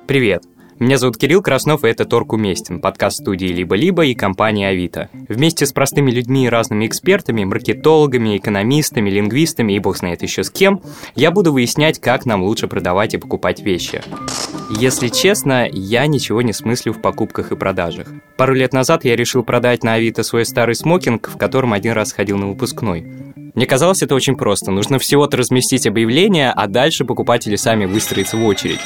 Привет! Меня зовут Кирилл Краснов, и это «Торг уместен», подкаст студии «Либо-либо» и компании «Авито». Вместе с простыми людьми и разными экспертами, маркетологами, экономистами, лингвистами и бог знает еще с кем, я буду выяснять, как нам лучше продавать и покупать вещи. Если честно, я ничего не смыслю в покупках и продажах. Пару лет назад я решил продать на Авито свой старый смокинг, в котором один раз ходил на выпускной. Мне казалось, это очень просто. Нужно всего-то разместить объявление, а дальше покупатели сами выстроятся в очередь.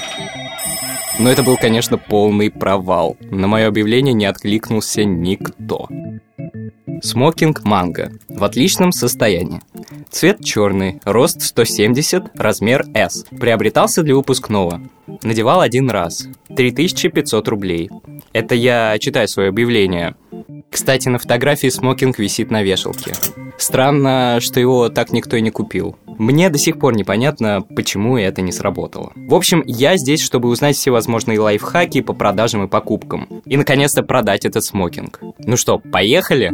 Но это был, конечно, полный провал. На мое объявление не откликнулся никто. Смокинг манго. В отличном состоянии. Цвет черный, рост 170, размер S. Приобретался для выпускного. Надевал один раз. 3500 рублей. Это я читаю свое объявление. Кстати, на фотографии смокинг висит на вешалке. Странно, что его так никто и не купил. Мне до сих пор непонятно, почему это не сработало. В общем, я здесь, чтобы узнать все возможные лайфхаки по продажам и покупкам. И, наконец-то, продать этот смокинг. Ну что, поехали?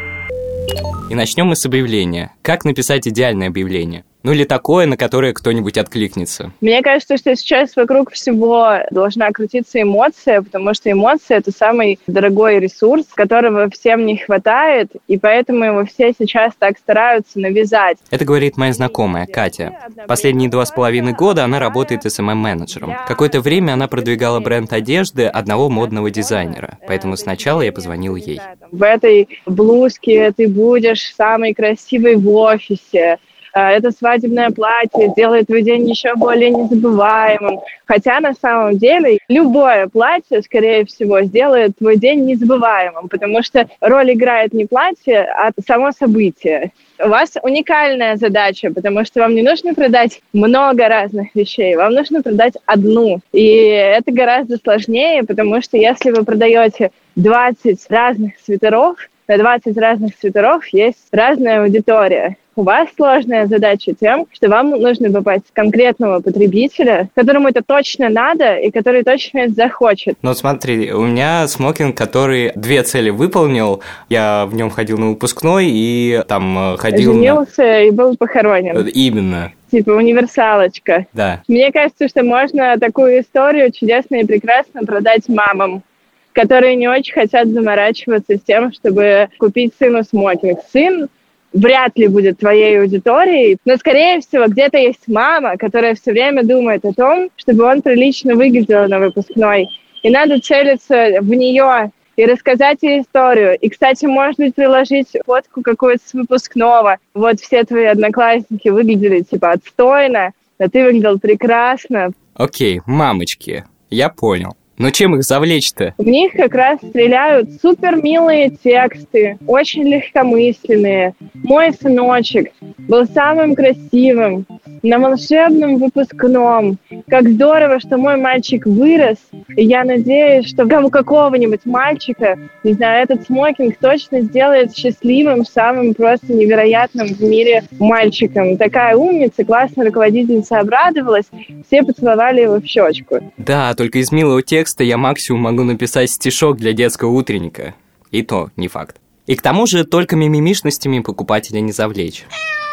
И начнем мы с объявления. Как написать идеальное объявление? Ну или такое, на которое кто-нибудь откликнется. Мне кажется, что сейчас вокруг всего должна крутиться эмоция, потому что эмоция — это самый дорогой ресурс, которого всем не хватает, и поэтому его все сейчас так стараются навязать. Это говорит моя знакомая, Катя. Последние 2,5 года она работает SMM-менеджером. Какое-то время она продвигала бренд одежды одного модного дизайнера, поэтому сначала я позвонил ей. В этой блузке ты будешь самой красивой в офисе. Это свадебное платье делает твой день еще более незабываемым. Хотя на самом деле любое платье, скорее всего, сделает твой день незабываемым, потому что роль играет не платье, а само событие. У вас уникальная задача, потому что вам не нужно продать много разных вещей, вам нужно продать одну. И это гораздо сложнее, потому что если вы продаете 20 разных свитеров, на 20 разных свитеров есть разная аудитория. У вас сложная задача тем, что вам нужно попасть в конкретного потребителя, которому это точно надо и который точно это захочет. Ну смотри, у меня смокинг, который 2 цели выполнил. Я в нем ходил на выпускной и там ходил... Женился и был похоронен. Именно. Типа универсалочка. Да. Мне кажется, что можно такую историю чудесно и прекрасно продать мамам, которые не очень хотят заморачиваться с тем, чтобы купить сыну смокинг. Сын вряд ли будет твоей аудиторией, но, скорее всего, где-то есть мама, которая все время думает о том, чтобы он прилично выглядел на выпускной. И надо целиться в нее и рассказать ей историю. И, кстати, может быть, приложить фотку какую-то с выпускного. Вот все твои одноклассники выглядели типа отстойно, а ты выглядел прекрасно. Окей, мамочки, я понял. Но чем их завлечь-то? В них как раз стреляют супер милые тексты, очень легкомысленные. Мой сыночек был самым красивым на волшебном выпускном. Как здорово, что мой мальчик вырос. И я надеюсь, что у какого-нибудь мальчика, не знаю, этот смокинг точно сделает счастливым, самым просто невероятным в мире мальчиком. Такая умница, классная руководительница обрадовалась. Все поцеловали его в щечку. Да, только из милого текста я максимум могу написать стишок для детского утренника. И то не факт. И к тому же только мимимишностями покупателя не завлечь.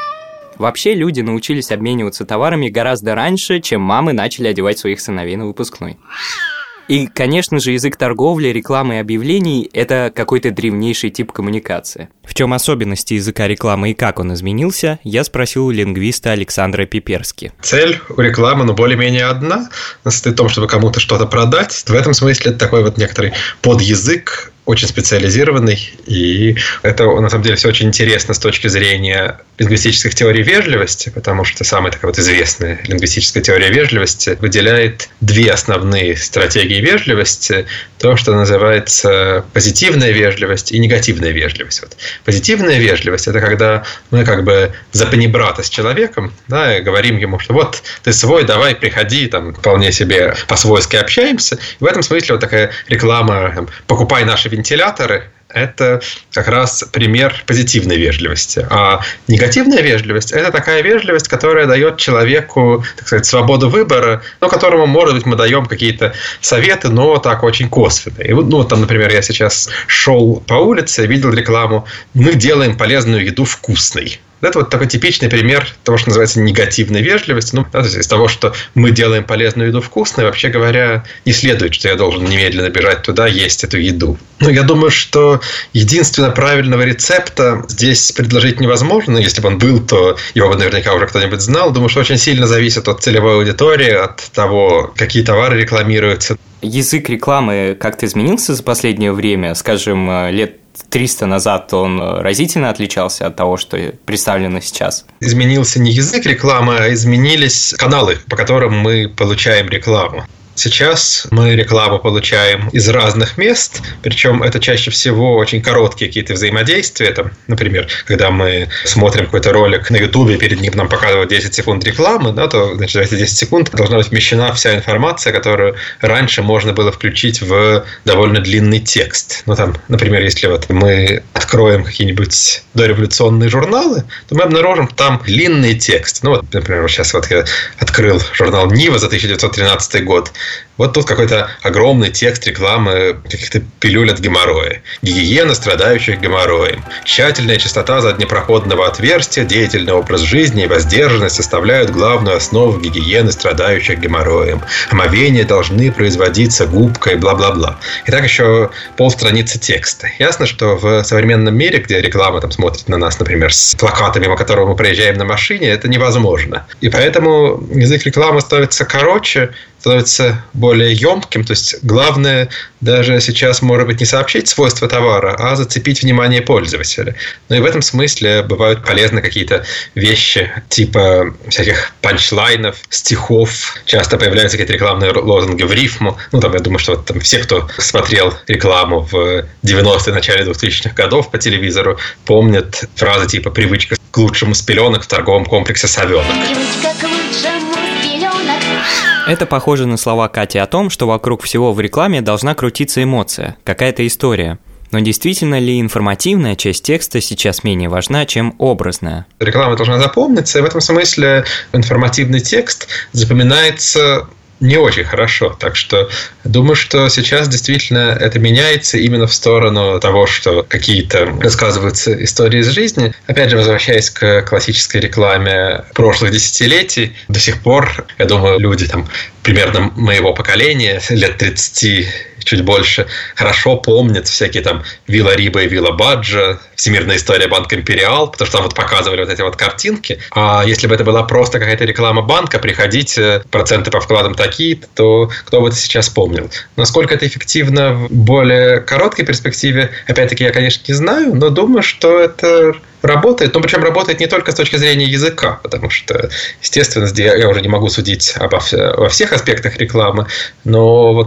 Вообще люди научились обмениваться товарами гораздо раньше, чем мамы начали одевать своих сыновей на выпускной. И, конечно же, язык торговли, рекламы и объявлений – это какой-то древнейший тип коммуникации. В чем особенности языка рекламы и как он изменился, я спросил у лингвиста Александра Пиперски. Цель у рекламы, более-менее одна. Она состоит в том, чтобы кому-то что-то продать. В этом смысле это такой вот некоторый подязык, очень специализированный, и это, на самом деле, все очень интересно с точки зрения лингвистических теорий вежливости, потому что самая такая вот известная лингвистическая теория вежливости выделяет 2 основные стратегии вежливости, то, что называется позитивная вежливость и негативная вежливость. Вот. Позитивная вежливость – это когда мы как бы за панибрата с человеком, да, и говорим ему, что вот ты свой, давай, приходи, там, вполне себе по-свойски общаемся. И в этом смысле вот такая реклама там, «покупай наши вентиляторы» – это как раз пример позитивной вежливости. А негативная вежливость – это такая вежливость, которая дает человеку, так сказать, свободу выбора, но которому, может быть, мы даем какие-то советы, но так очень косвенные. И вот, там, например, я сейчас шел по улице, видел рекламу «Мы делаем полезную еду вкусной». Это вот такой типичный пример того, что называется негативной вежливости. То есть из того, что мы делаем полезную еду вкусной, вообще говоря, не следует, что я должен немедленно бежать туда, есть эту еду. Но я думаю, что единственно правильного рецепта здесь предложить невозможно. Если бы он был, то его бы наверняка уже кто-нибудь знал. Думаю, что очень сильно зависит от целевой аудитории, от того, какие товары рекламируются. Язык рекламы как-то изменился за последнее время? Скажем, лет 300 назад он разительно отличался от того, что представлено сейчас? Изменился не язык рекламы, а изменились каналы, по которым мы получаем рекламу. Сейчас мы рекламу получаем из разных мест, причем это чаще всего очень короткие какие-то взаимодействия. Например, когда мы смотрим какой-то ролик на Ютубе, перед ним нам показывают 10 секунд рекламы, то значит, в эти 10 секунд должна быть вмещена вся информация, которую раньше можно было включить в довольно длинный текст. Например, если мы откроем какие-нибудь дореволюционные журналы, то мы обнаружим там длинный текст. Например, сейчас я открыл журнал «Нива» за 1913 год. Вот тут какой-то огромный текст рекламы каких-то пилюль от геморроя. Гигиена страдающих геморроем. Тщательная чистота заднепроходного отверстия, деятельный образ жизни и воздержанность составляют главную основу гигиены страдающих геморроем. Омовения должны производиться губкой, бла-бла-бла. И так еще полстраницы текста. Ясно, что в современном мире, где реклама смотрит на нас, например, с плакатами, мимо которого мы проезжаем на машине, это невозможно. И поэтому язык рекламы становится короче, становится более емким. То есть главное даже сейчас, может быть, не сообщить свойства товара, а зацепить внимание пользователя. И в этом смысле бывают полезны какие-то вещи типа всяких панчлайнов, стихов. Часто появляются какие-то рекламные лозунги в рифму. Я думаю, что все, кто смотрел рекламу в 90-е, начале 2000-х годов по телевизору, помнят фразы типа «привычка к лучшему с пеленок в торговом комплексе «Совенок». Привычка к лучшему с пеленок. Это похоже на слова Кати о том, что вокруг всего в рекламе должна крутиться эмоция, какая-то история. Но действительно ли информативная часть текста сейчас менее важна, чем образная? Реклама должна запомниться, и в этом смысле информативный текст запоминается не очень хорошо. Так что думаю, что сейчас действительно это меняется именно в сторону того, что какие-то рассказываются истории из жизни. Опять же, возвращаясь к классической рекламе прошлых десятилетий, до сих пор, я думаю, люди примерно моего поколения, лет 30, чуть больше, хорошо помнят всякие Вилла Риба и Вилла Баджа, всемирная история банка Империал, потому что там показывали эти картинки. А если бы это была просто какая-то реклама банка, приходите, проценты по вкладам такие-то, то кто бы это сейчас помнил. Насколько это эффективно в более короткой перспективе, опять-таки, я, конечно, не знаю, но думаю, что это работает, но причем работает не только с точки зрения языка, потому что, естественно, я уже не могу судить во всех аспектах рекламы, но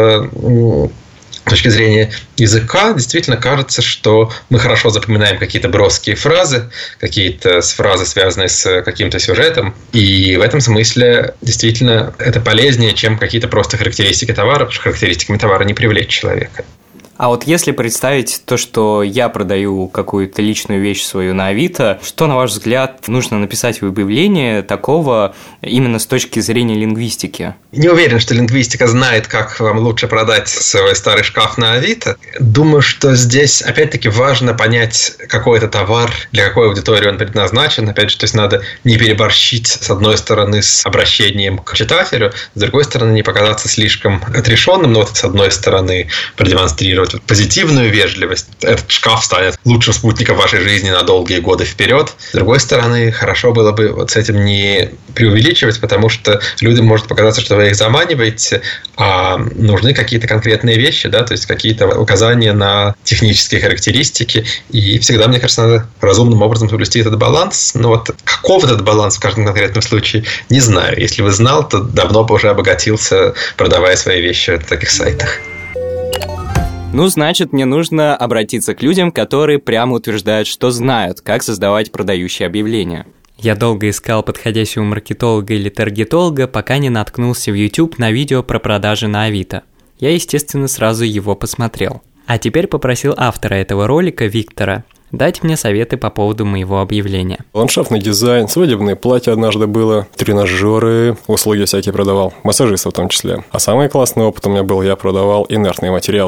с точки зрения языка действительно кажется, что мы хорошо запоминаем какие-то броские фразы, какие-то фразы, связанные с каким-то сюжетом, и в этом смысле действительно это полезнее, чем какие-то просто характеристики товара, потому что характеристиками товара не привлечь человека. А вот если представить то, что я продаю какую-то личную вещь свою на Авито, что, на ваш взгляд, нужно написать в объявлении такого именно с точки зрения лингвистики? Не уверен, что лингвистика знает, как вам лучше продать свой старый шкаф на Авито. Думаю, что здесь, опять-таки, важно понять, какой это товар, для какой аудитории он предназначен. Опять же, то есть надо не переборщить, с одной стороны, с обращением к читателю, с другой стороны, не показаться слишком отрешенным, но с одной стороны, продемонстрировать позитивную вежливость. Этот шкаф станет лучшим спутником вашей жизни на долгие годы вперед. С другой стороны, хорошо было бы с этим не преувеличивать, потому что людям может показаться, что вы их заманиваете, а нужны какие-то конкретные вещи, то есть какие-то указания на технические характеристики. И всегда, мне кажется, надо разумным образом соблюсти этот баланс. Но каков этот баланс в каждом конкретном случае, не знаю. Если бы знал, то давно бы уже обогатился, продавая свои вещи на таких сайтах. Значит, мне нужно обратиться к людям, которые прямо утверждают, что знают, как создавать продающие объявления. Я долго искал подходящего маркетолога или таргетолога, пока не наткнулся в YouTube на видео про продажи на Авито. Я, естественно, сразу его посмотрел. А теперь попросил автора этого ролика, Виктора, дать мне советы по поводу моего объявления. Ландшафтный дизайн, свадебные платья однажды было, тренажеры, услуги всякие продавал, массажистов в том числе. А самый классный опыт у меня был, я продавал инертные материалы.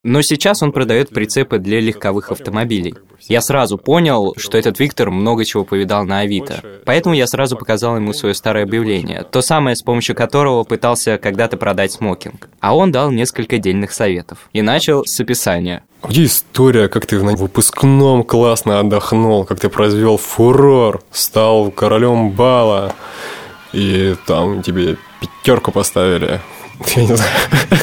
Но сейчас он продает прицепы для легковых автомобилей. Я сразу понял, что этот Виктор много чего повидал на Авито. Поэтому я сразу показал ему свое старое объявление, то самое, с помощью которого пытался когда-то продать смокинг. А он дал несколько дельных советов. И начал с описания. Где история, как ты на выпускном классно отдохнул, как ты произвел фурор, стал королем бала, и там тебе 5 поставили. Я не знаю.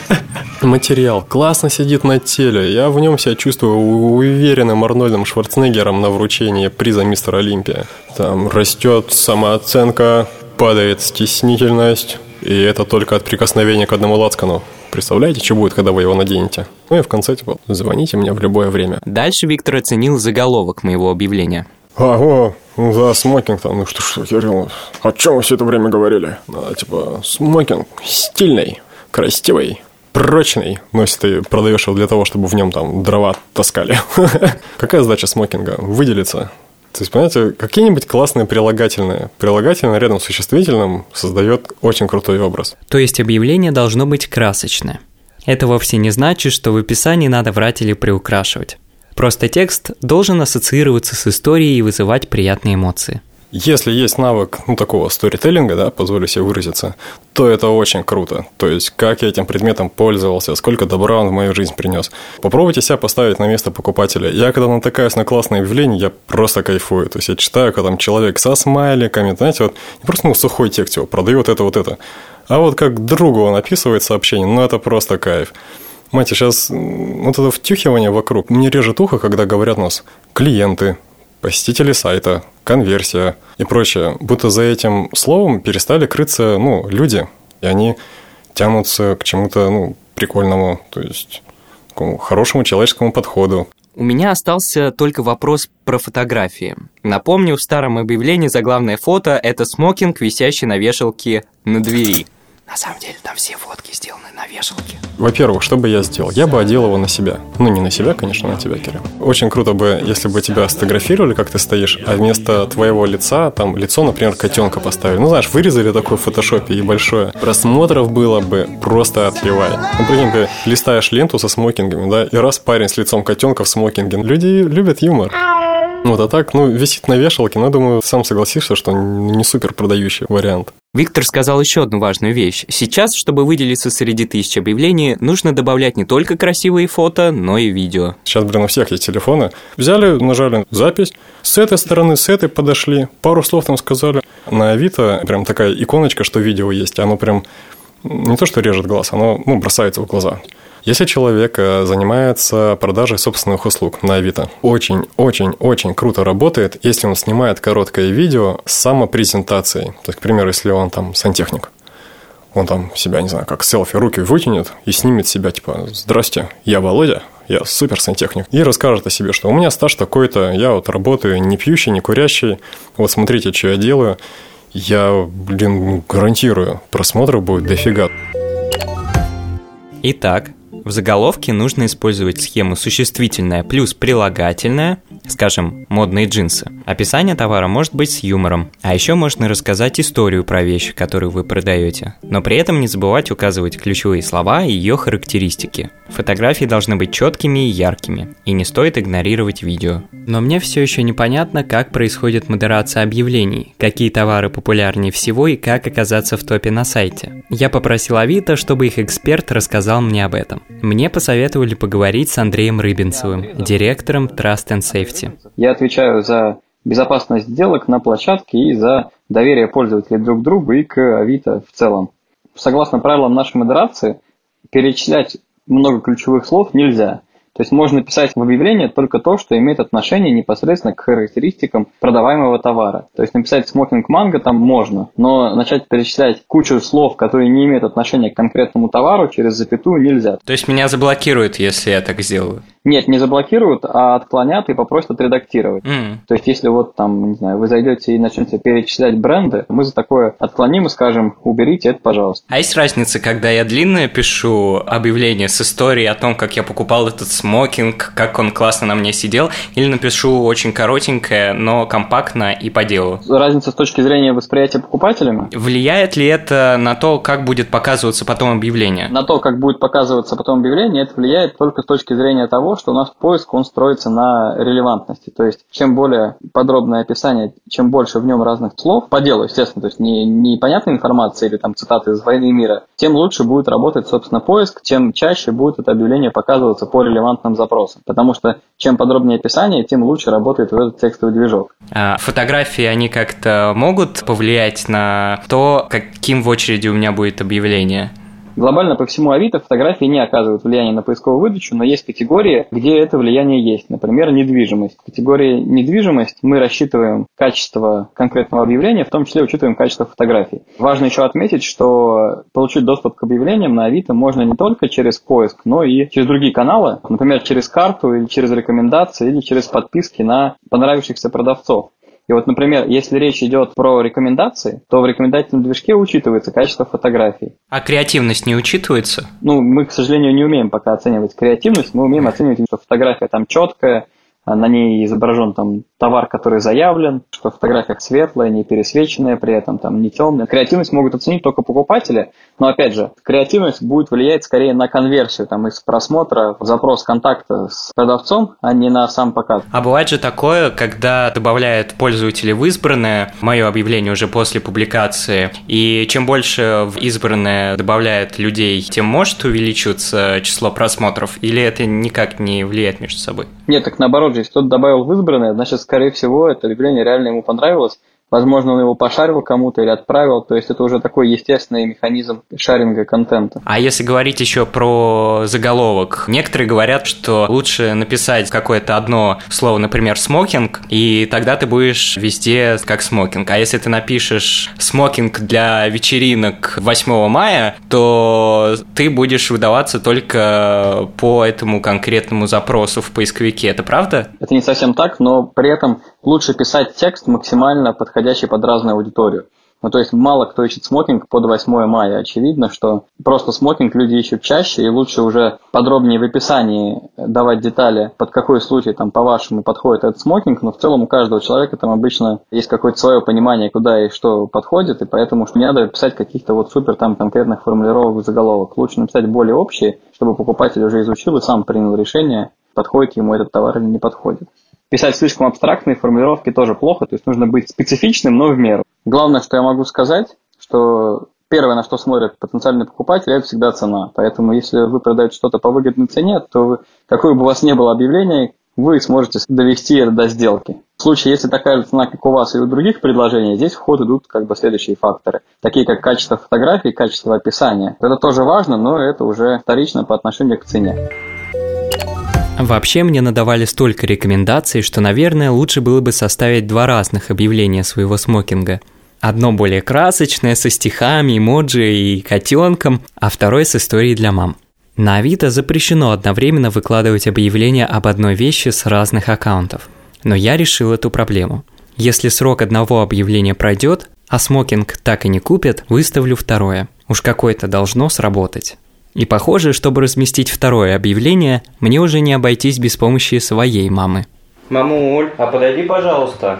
Материал классно сидит на теле. Я в нем себя чувствую уверенным Арнольдом Шварценеггером на вручении приза «Мистер Олимпия». Там растет самооценка, падает стеснительность, и это только от прикосновения к одному лацкану. Представляете, что будет, когда вы его наденете? Ну и в конце, звоните мне в любое время. Дальше Виктор оценил заголовок моего объявления. Ого, за смокинг там, ну что, Кирилл, о чем вы все это время говорили? Смокинг стильный, красивый, прочный. Но если ты продаешь его для того, чтобы в нем там дрова таскали. Какая задача смокинга? Выделиться. То есть, понимаете, какие-нибудь классные прилагательные. Прилагательное рядом с существительным создает очень крутой образ. То есть объявление должно быть красочное. Это вовсе не значит, что в описании надо врать или приукрашивать. Просто текст должен ассоциироваться с историей и вызывать приятные эмоции. Если есть навык, такого сторителлинга, да, позволю себе выразиться, то это очень круто. То есть, как я этим предметом пользовался, сколько добра он в мою жизнь принес. Попробуйте себя поставить на место покупателя. Я, когда натыкаюсь на классное объявление, я просто кайфую. То есть, я читаю, когда там человек со смайликами, знаете, не просто сухой текст его, продает это. А вот как другу он описывает сообщение, это просто кайф. Мать, сейчас это втюхивание вокруг. Мне режет ухо, когда говорят у нас клиенты, посетители сайта, конверсия и прочее. Будто за этим словом перестали крыться, люди. И они тянутся к чему-то, прикольному, то есть к такому хорошему человеческому подходу. У меня остался только вопрос про фотографии. Напомню, в старом объявлении заглавное фото – это смокинг, висящий на вешалке на двери. На самом деле, там все фотки сделаны на вешалке. Во-первых, что бы я сделал? Я бы одел его на себя. Не на себя, конечно, на тебя, Кирилл. Очень круто бы, если бы тебя сфотографировали, как ты стоишь, а вместо твоего лица, там, лицо, например, котенка поставили. Вырезали такое в фотошопе и большое. Просмотров было бы просто отливай. Прикинь, ты листаешь ленту со смокингами, да, и раз парень с лицом котенка в смокинге. Люди любят юмор. А так, висит на вешалке, думаю, сам согласишься, что не супер продающий вариант. Виктор сказал еще одну важную вещь. Сейчас, чтобы выделиться среди тысяч объявлений, нужно добавлять не только красивые фото, но и видео. Сейчас, у всех есть телефоны. Взяли, нажали запись, с этой стороны, с этой подошли, пару слов там сказали. На Авито прям такая иконочка, что видео есть, оно прям не то, что режет глаз, оно бросается в глаза. Если человек занимается продажей собственных услуг на Авито, очень-очень-очень круто работает, если он снимает короткое видео с самопрезентацией. То есть, к примеру, если он там сантехник, он там себя, не знаю, как селфи руки вытянет и снимет себя, «Здрасте, я Володя, я супер сантехник», и расскажет о себе, что у меня стаж такой-то, я работаю не пьющий, не курящий, смотрите, что я делаю. Я, гарантирую, просмотров будет дофига. Итак, в заголовке нужно использовать схему существительное плюс прилагательное, скажем, модные джинсы. Описание товара может быть с юмором, а еще можно рассказать историю про вещь, которую вы продаете, но при этом не забывать указывать ключевые слова и ее характеристики. Фотографии должны быть четкими и яркими, и не стоит игнорировать видео. Но мне все еще непонятно, как происходит модерация объявлений, какие товары популярнее всего и как оказаться в топе на сайте. Я попросил Авито, чтобы их эксперт рассказал мне об этом. Мне посоветовали поговорить с Андреем Рыбинцевым, директором Trust and Safety. Я отвечаю за безопасность сделок на площадке и за доверие пользователей друг к другу и к Авито в целом. Согласно правилам нашей модерации, перечислять много ключевых слов нельзя. То есть можно писать в объявлении только то, что имеет отношение непосредственно к характеристикам продаваемого товара. То есть написать смокинг манго там можно, но начать перечислять кучу слов, которые не имеют отношения к конкретному товару, через запятую нельзя. То есть меня заблокируют, если я так сделаю? Нет, не заблокируют, а отклонят и попросят отредактировать. То есть, если вот там, не знаю, вы зайдете и начнете перечислять бренды, мы за такое отклоним и скажем, уберите это, пожалуйста. А есть разница, когда я длинное пишу объявление с историей о том, как я покупал этот смокинг, как он классно на мне сидел, или напишу очень коротенькое, но компактно и по делу? Разница с точки зрения восприятия покупателями? Влияет ли это на то, как будет показываться потом объявление? На то, как будет показываться потом объявление, это влияет только с точки зрения того, что у нас поиск, он строится на релевантности. То есть, чем более подробное описание, чем больше в нем разных слов, по делу, естественно, то есть не понятная информация или там цитаты из «Войны и мира», тем лучше будет работать, собственно, поиск, тем чаще будет это объявление показываться по релевантным запросам. Потому что чем подробнее описание, тем лучше работает этот текстовый движок. А фотографии, они как-то могут повлиять на то, каким в очереди у меня будет объявление? Глобально по всему Авито фотографии не оказывают влияния на поисковую выдачу, но есть категории, где это влияние есть. Например, недвижимость. В категории недвижимость мы рассчитываем качество конкретного объявления, в том числе учитываем качество фотографий. Важно еще отметить, что получить доступ к объявлениям на Авито можно не только через поиск, но и через другие каналы, например, через карту или через рекомендации, или через подписки на понравившихся продавцов. И вот, например, если речь идет про рекомендации, то в рекомендательном движке учитывается качество фотографий. А креативность не учитывается? Мы, к сожалению, не умеем пока оценивать креативность, мы умеем оценивать, что фотография там четкая, на ней изображен там товар, который заявлен, что фотография светлая, не пересвеченная при этом, там не темная. Креативность могут оценить только покупатели, но опять же, креативность будет влиять скорее на конверсию там, из просмотра в запрос контакта с продавцом, а не на сам показ. А бывает же такое, когда добавляют пользователи в избранное, мое объявление уже после публикации, и чем больше в избранное добавляет людей, тем может увеличиваться число просмотров, или это никак не влияет между собой? Нет, так наоборот, если кто-то добавил в избранное, значит, скорее всего, это объявление реально ему понравилось. Возможно, он его пошарил кому-то или отправил, то есть это уже такой естественный механизм шаринга контента. А если говорить еще про заголовок, некоторые говорят, что лучше написать какое-то одно слово, например, смокинг, и тогда ты будешь везде как смокинг. А если ты напишешь смокинг для вечеринок 8 мая, то ты будешь выдаваться только по этому конкретному запросу в поисковике. Это правда? Это не совсем так, но при этом лучше писать текст максимально подходящий под разную аудиторию. То есть мало кто ищет смокинг под 8 мая. Очевидно, что просто смокинг люди ищут чаще, и лучше уже подробнее в описании давать детали, под какой случай там по-вашему подходит этот смокинг, но в целом у каждого человека там обычно есть какое-то свое понимание, куда и что подходит, и поэтому не надо писать каких-то вот супер там конкретных формулировок в заголовок. Лучше написать более общие, чтобы покупатель уже изучил и сам принял решение, подходит ему этот товар или не подходит. Писать слишком абстрактные формулировки тоже плохо, то есть нужно быть специфичным, но в меру. Главное, что я могу сказать, что первое, на что смотрят потенциальные покупатели, это всегда цена. Поэтому если вы продаете что-то по выгодной цене, то какое бы у вас ни было объявление, вы сможете довести это до сделки. В случае, если такая же цена, как у вас и у других предложений, здесь в ход идут следующие факторы, такие как качество фотографий, качество описания. Это тоже важно, но это уже вторично по отношению к цене. Вообще мне надавали столько рекомендаций, что, наверное, лучше было бы составить 2 разных объявления своего смокинга. Одно более красочное, со стихами, эмоджи и котенком, а второе с историей для мам. На Авито запрещено одновременно выкладывать объявления об одной вещи с разных аккаунтов. Но я решил эту проблему. Если срок одного объявления пройдет, а смокинг так и не купят, выставлю второе. Уж какое-то должно сработать. И похоже, чтобы разместить второе объявление, мне уже не обойтись без помощи своей мамы. Мамуль, а подойди, пожалуйста.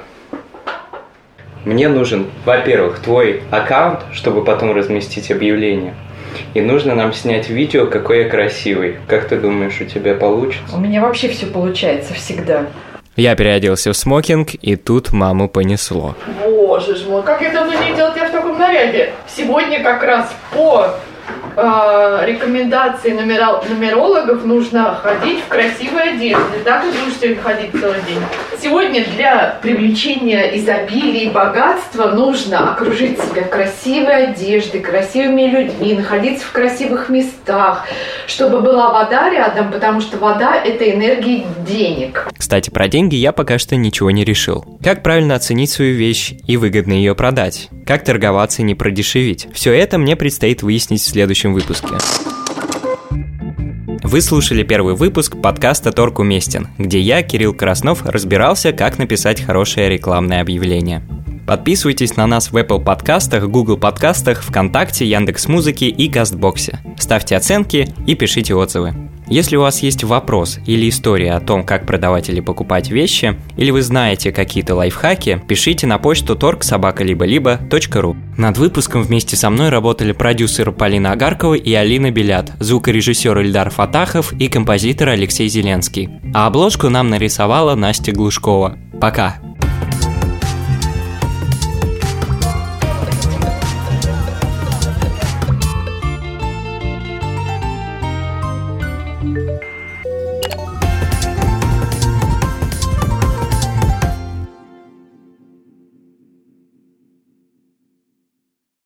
Мне нужен, во-первых, твой аккаунт, чтобы потом разместить объявление. И нужно нам снять видео, какой я красивый. Как ты думаешь, у тебя получится? У меня вообще все получается всегда. Я переоделся в смокинг, и тут маму понесло. Боже ж мой, как я давно не видела тебя в таком наряде. Сегодня как раз по рекомендации нумерологов нужно ходить в красивой одежде. Так и будешь сегодня ходить целый день. Сегодня для привлечения изобилия и богатства нужно окружить себя красивой одеждой, красивыми людьми, находиться в красивых местах, чтобы была вода рядом, потому что вода – это энергия денег. Кстати, про деньги я пока что ничего не решил. Как правильно оценить свою вещь и выгодно ее продать? Как торговаться и не продешевить? Все это мне предстоит выяснить в следующем выпуске. Вы слушали первый выпуск подкаста «Торг уместен», где я, Кирилл Краснов, разбирался, как написать хорошее рекламное объявление. Подписывайтесь на нас в Apple подкастах, Google подкастах, ВКонтакте, Яндекс.Музыке и Кастбоксе. Ставьте оценки и пишите отзывы. Если у вас есть вопрос или история о том, как продавать или покупать вещи, или вы знаете какие-то лайфхаки, пишите на почту torg@libo-libo.ru. Над выпуском вместе со мной работали продюсер Полина Агаркова и Алина Белят, звукорежиссер Ильдар Фатахов и композитор Алексей Зеленский. А обложку нам нарисовала Настя Глушкова. Пока!